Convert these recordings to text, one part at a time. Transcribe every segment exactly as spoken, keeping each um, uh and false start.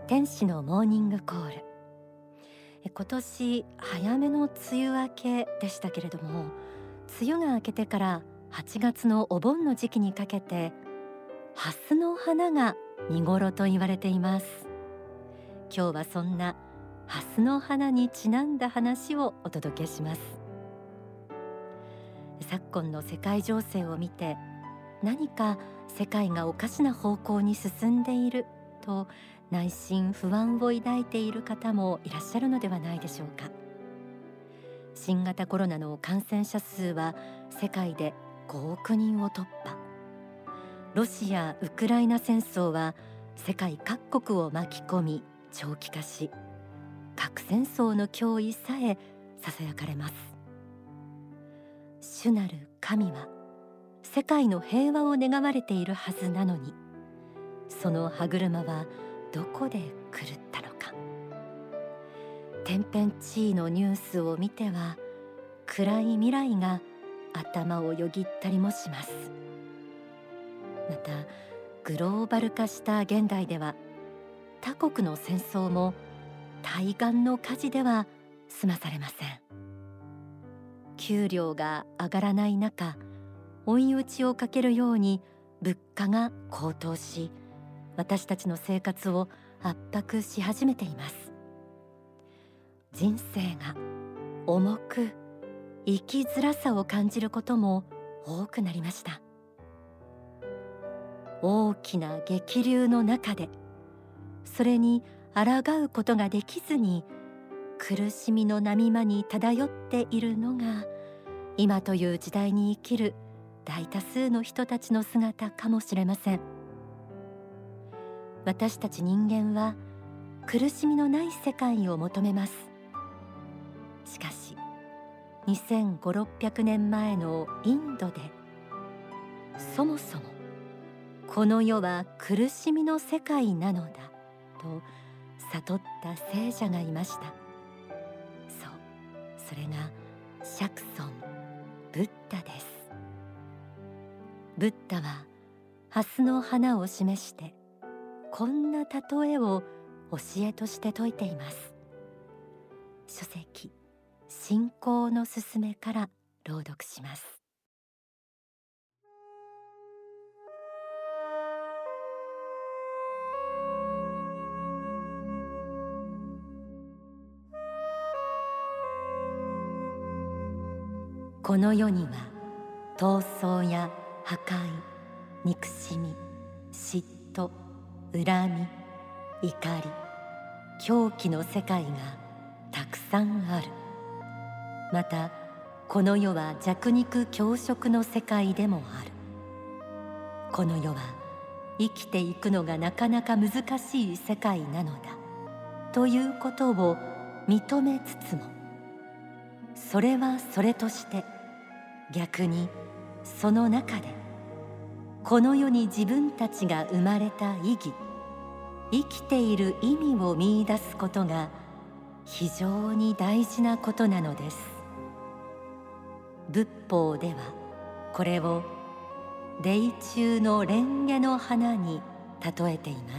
天使のモーニングコール。今年早めの梅雨明けでしたけれども、梅雨が明けてからはちがつのお盆の時期にかけてハスの花が見頃と言われています。今日はそんなハスの花にちなんだ話をお届けします。昨今の世界情勢を見て、何か世界がおかしな方向に進んでいると内心不安を抱いている方もいらっしゃるのではないでしょうか。新型コロナの感染者数は世界でごおくにんを突破。ロシア・ウクライナ戦争は世界各国を巻き込み長期化し、核戦争の脅威さえささやかれます。主なる神は世界の平和を願われているはずなのに、その歯車はどこで狂ったのか。天変地異のニュースを見ては暗い未来が頭をよぎったりもします。またグローバル化した現代では、他国の戦争も対岸の火事では済まされません。給料が上がらない中、追い打ちをかけるように物価が高騰し、私たちの生活を圧迫し始めています。人生が重く生きづらさを感じることも多くなりました。大きな激流の中で、それに抗うことができずに苦しみの波間に漂っているのが、今という時代に生きる大多数の人たちの姿かもしれません。私たち人間は苦しみのない世界を求めます。しかしにせんごひゃくろっぴゃくねんまえのインドで、そもそもこの世は苦しみの世界なのだと悟った聖者がいました。そう、それが釈尊ブッダです。ブッダはハスの花を示してこんな例えを教えとして説いています。書籍信仰のすすめから朗読します。この世には闘争や破壊、憎しみ、嫉妬、恨み、怒り、狂気の世界がたくさんある。またこの世は弱肉強食の世界でもある。この世は生きていくのがなかなか難しい世界なのだということを認めつつも、それはそれとして逆にその中でこの世に自分たちが生まれた意義、生きている意味を見出すことが非常に大事なことなのです。仏法ではこれを泥中の蓮華の花に例えています。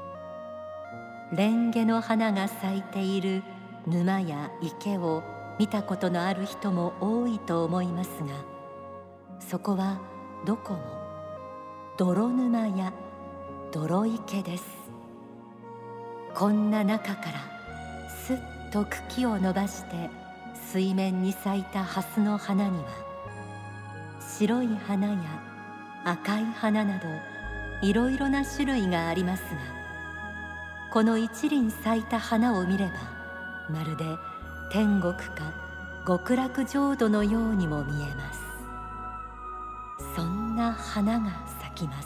蓮華の花が咲いている沼や池を見たことのある人も多いと思いますが、そこはどこも泥沼や泥池です。こんな中からすっと茎を伸ばして水面に咲いたハスの花には、白い花や赤い花などいろいろな種類がありますが、この一輪咲いた花を見れば、まるで天国か極楽浄土のようにも見えます。そんな花が咲きます。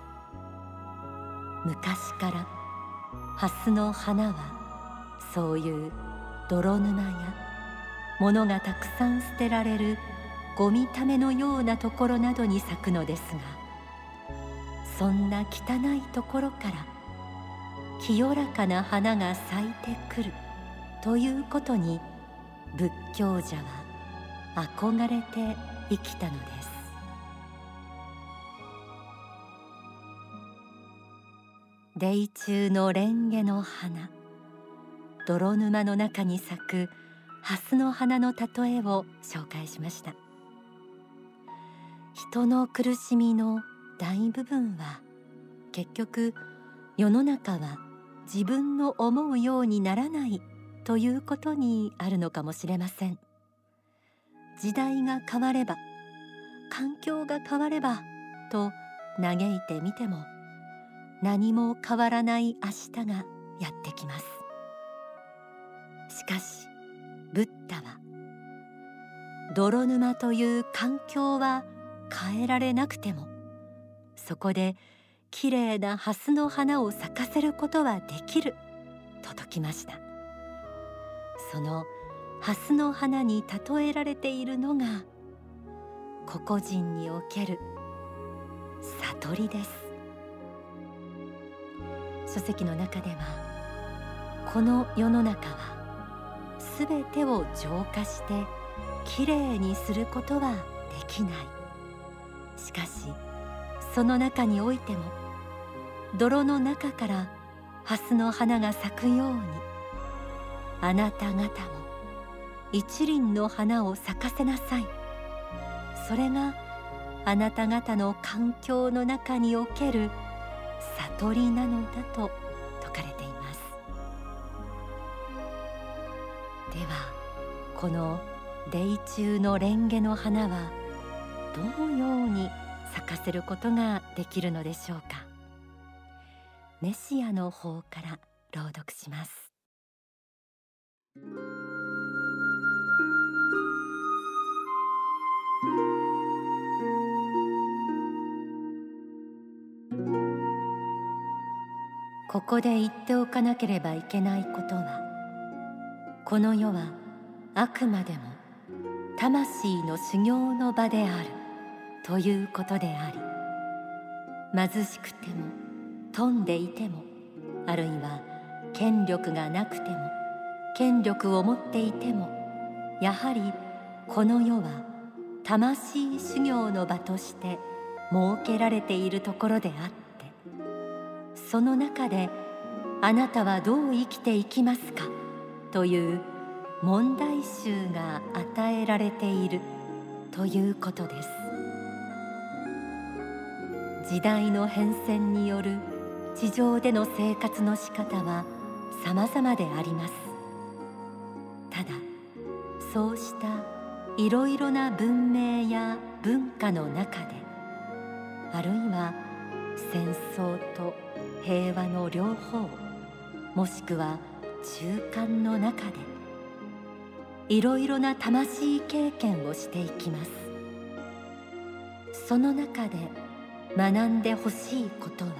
昔からハスの花はそういう泥沼や物がたくさん捨てられるゴミためのようなところなどに咲くのですが、そんな汚いところから清らかな花が咲いてくるということに、仏教者は憧れて生きたのです。 デイ中のレンゲの花、泥沼の中に咲く蓮の花の例えを紹介しました。人の苦しみの大部分は結局、世の中は自分の思うようにならないということにあるのかもしれません。時代が変われば、環境が変わればと嘆いてみても、何も変わらない明日がやってきます。しかしブッダは、泥沼という環境は変えられなくても、そこできれいな蓮の花を咲かせることはできると説きました。その蓮の花に例えられているのが、個々人における悟りです。書籍の中では、この世の中はすべてを浄化してきれいにすることはできない。しかしその中においても、泥の中から蓮の花が咲くように、あなた方も一輪の花を咲かせなさい。それがあなた方の環境の中における悟りなのだと説かれています。では、このデイ中のレンゲの花はどのように咲かせることができるのでしょうか。メシアの方から朗読します。ここで言っておかなければいけないことは、この世はあくまでも魂の修行の場であるということであり、貧しくても富んでいても、あるいは権力がなくても権力を持っていても、やはりこの世は魂修行の場として設けられているところであって、その中であなたはどう生きていきますかという問題集が与えられているということです。時代の変遷による地上での生活の仕方は様々であります。ただ、そうしたいろいろな文明や文化の中で、あるいは戦争と平和の両方、もしくは中間の中で、いろいろな魂経験をしていきます。その中で学んでほしいことは、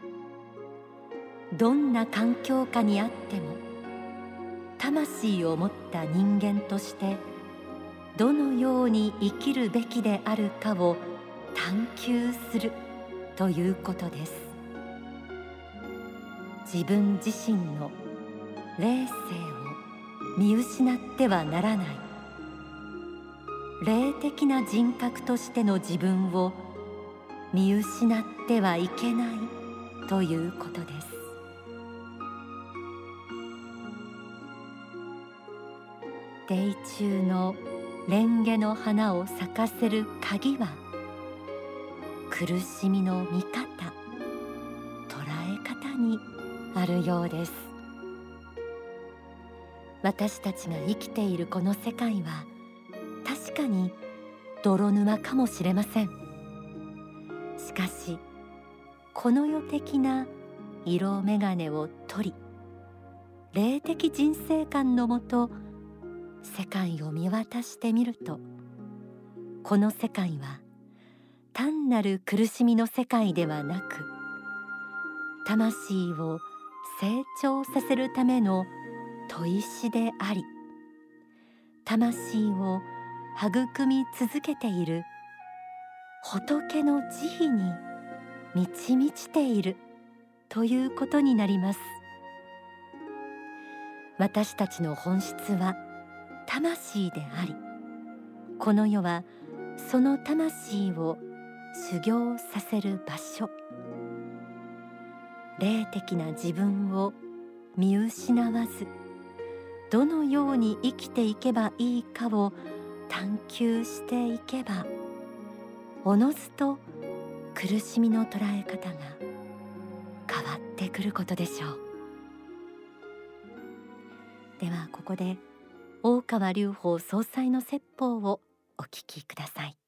どんな環境下にあっても魂を持った人間としてどのように生きるべきであるかを探求するということです。自分自身の霊性を見失ってはならない。霊的な人格としての自分を見失ってはいけないということです。デイ中のレンゲの花を咲かせる鍵は、苦しみの見方、捉え方にあるようです。私たちが生きているこの世界は確かに泥沼かもしれません。しかし、この世的な色眼鏡を取り、霊的人生観のもと世界を見渡してみると、この世界は単なる苦しみの世界ではなく、魂を成長させるための砥石であり、魂を育み続けている仏の慈悲に満ち満ちているということになります。私たちの本質は魂であり、この世はその魂を修行させる場所。 霊的な自分を見失わず、どのように生きていけばいいかを探求していけば、おのずと苦しみの捉え方が変わってくることでしょう。ではここで大川隆法総裁の説法をお聞きください。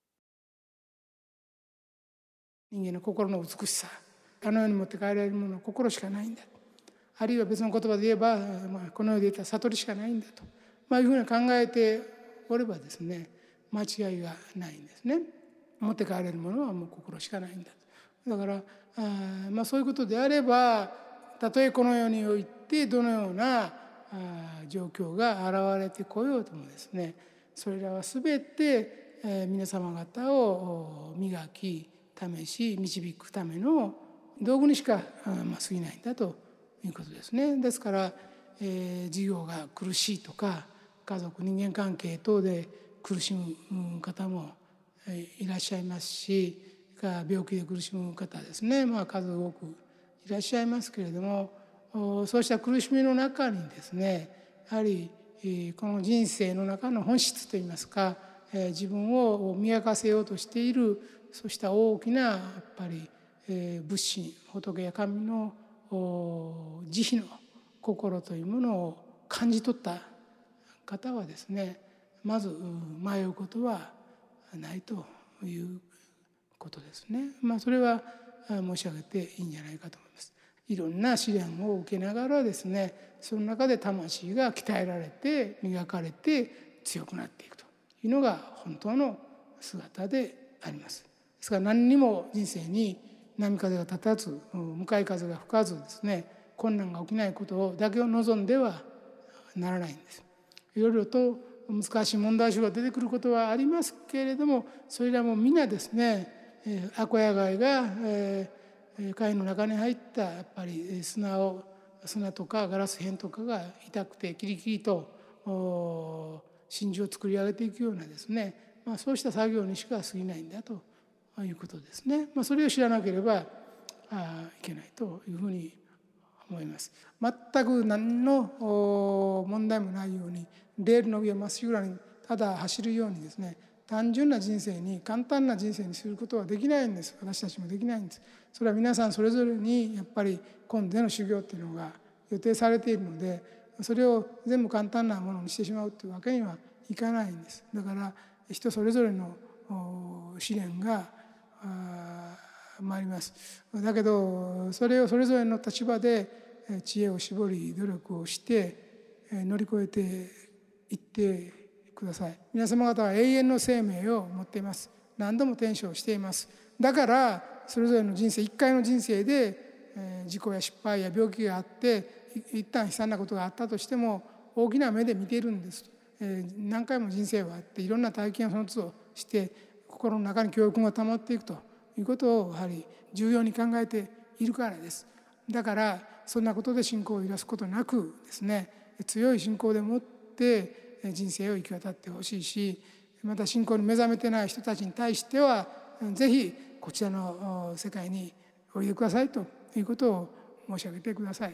人間の心の美しさ、あの世に持って帰られるものは心しかないんだ、あるいは別の言葉で言えば、まあ、この世で言ったら悟りしかないんだと、まあ、いうふうに考えておればですね、間違いがないんですね。持って帰られるものはもう心しかないんだと。だからあ、まあ、そういうことであれば、たとえこの世においてどのようなあ状況が現れてこようともですね、それらは全て、えー、皆様方を磨き試し導くための道具にしか、まあ、過ぎないんだということですね。ですから、えー、事業が苦しいとか、家族人間関係等で苦しむ方もいらっしゃいますし、病気で苦しむ方ですね、まあ、数多くいらっしゃいますけれども、そうした苦しみの中にですね、やはりこの人生の中の本質といいますか、自分を磨かせようとしている、そうした大きなやっぱり仏心、仏や神の慈悲の心というものを感じ取った方はですね、まず迷うことはないということですね。まあそれは申し上げていいんじゃないかと思います。いろんな試練を受けながらですね、その中で魂が鍛えられて磨かれて強くなっていくというのが本当の姿であります。ですから何にも人生に波風が立たず、向かい風が吹かずですね、困難が起きないことだけを望んではならないんです。いろいろと難しい問題集が出てくることはありますけれども、それらも皆ですね、アコヤ貝が、えー、貝の中に入ったやっぱり砂を砂とかガラス片とかが痛くてキリキリと真珠を作り上げていくようなですね、まあ、そうした作業にしか過ぎないんだということですね。まあ、それを知らなければあいけないというふうに思います。全く何の問題もないように、レールの上をまっしぐらにただ走るようにですね、単純な人生に簡単な人生にすることはできないんです。私たちもできないんです。それは皆さんそれぞれにやっぱり今度での修行っていうのが予定されているので、それを全部簡単なものにしてしまうというわけにはいかないんです。だから人それぞれの試練が参ります。だけどそれをそれぞれの立場で知恵を絞り努力をして乗り越えていってください。皆様方は永遠の生命を持っています。何度も転生しています。だからそれぞれの人生、一回の人生で事故や失敗や病気があって一旦悲惨なことがあったとしても大きな目で見ているんです。何回も人生はあっていろんな体験をその都度して心の中に教訓が保っていくということをやはり重要に考えているからです。だからそんなことで信仰を揺らすことなくですね、強い信仰でもって人生を生き渡ってほしいし、また信仰に目覚めてない人たちに対してはぜひこちらの世界においでくださいということを申し上げてください。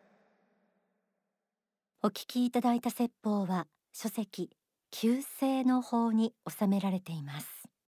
お聞きいただいた説法は書籍旧世の法に収められています。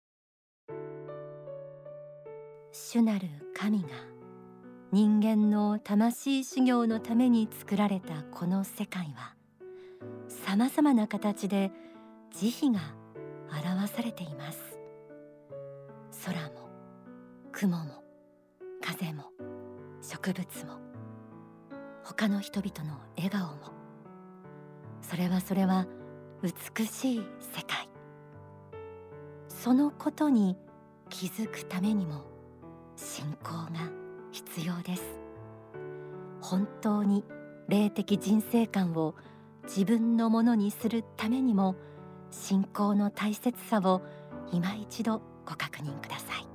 主なる神が人間の魂修行のために作られたこの世界はさまざまな形で慈悲が表されています。空も雲も風も植物も他の人々の笑顔も、それはそれは美しい世界。そのことに気づくためにも信仰が必要です。本当に霊的人生観を自分のものにするためにも信仰の大切さを今一度ご確認ください。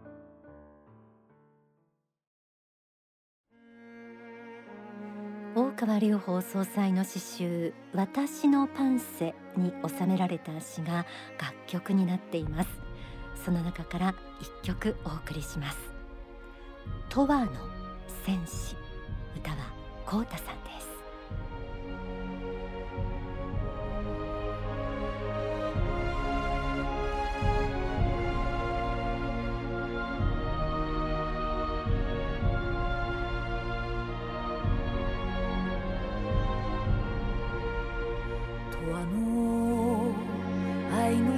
大川隆法総裁の詩集「私のパンセ」に収められた詩が楽曲になっています。その中から一曲お送りします。永遠の戦士、歌はこうたさんです。 永遠の愛の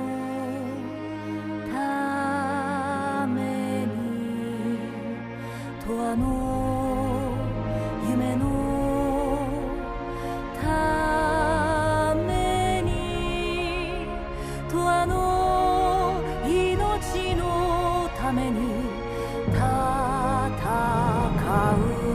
ために、永遠の夢のために、永遠の命のために戦う。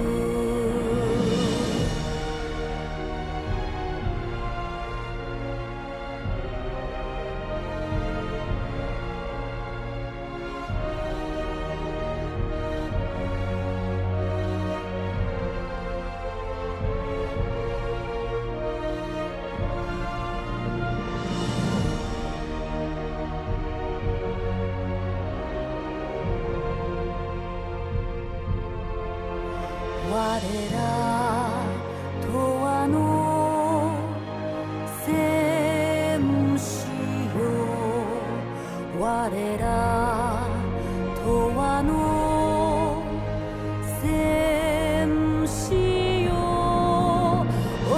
我らとあの戦士よ、我らとあの戦士よ、お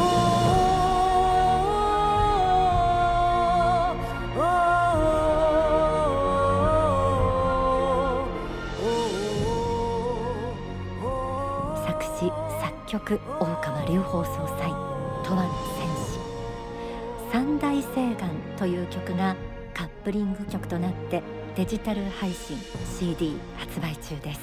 作詞作曲大川隆法総裁、永遠の戦士。三大聖願という曲がカップリング曲となってデジタル配信 シーディー 発売中です。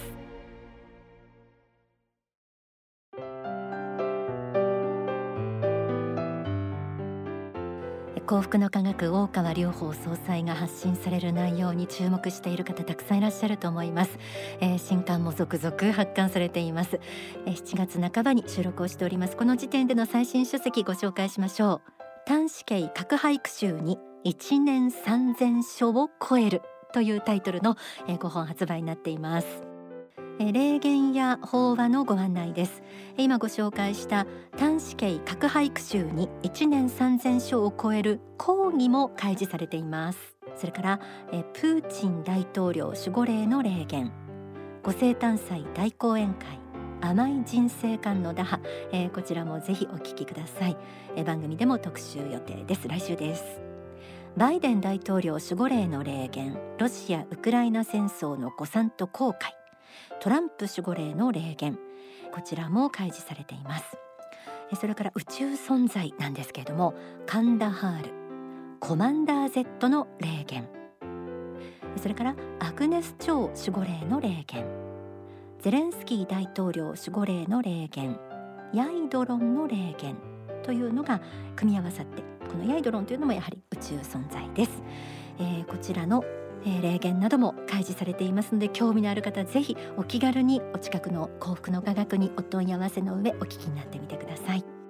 幸福の科学大川隆法総裁が発信される内容に注目している方たくさんいらっしゃると思います。えー、新刊も続々発刊されています。えー、しちがつなかばに収録をしております。この時点での最新書籍ご紹介しましょう。譚士恵核俳句集にいちねんさんぜんしょを超えるというタイトルのえーごほん発売になっています。霊言や法話のご案内です。今ご紹介した譚士恵核俳句集にいちねんさんぜんしょを超える講義も開示されています。それからえプーチン大統領守護霊の霊言、ご生誕祭大講演会、甘い人生観の打破、えー、こちらもぜひお聞きください。えー、番組でも特集予定です。来週です。バイデン大統領守護霊の霊言、ロシア・ウクライナ戦争の誤算と後悔、トランプ守護霊の霊言、こちらも開示されています。それから宇宙存在なんですけれども、カンダハール、コマンダー Z の霊言、それからアグネス朝守護霊の霊言、ゼレンスキー大統領守護霊の霊言、ヤイドロンの霊言というのが組み合わさって、このヤイドロンというのもやはり宇宙存在です。えー、こちらのえー、霊言なども開示されていますので、興味のある方ぜひお気軽にお近くの幸福の科学にお問い合わせの上お聞きになってみてください。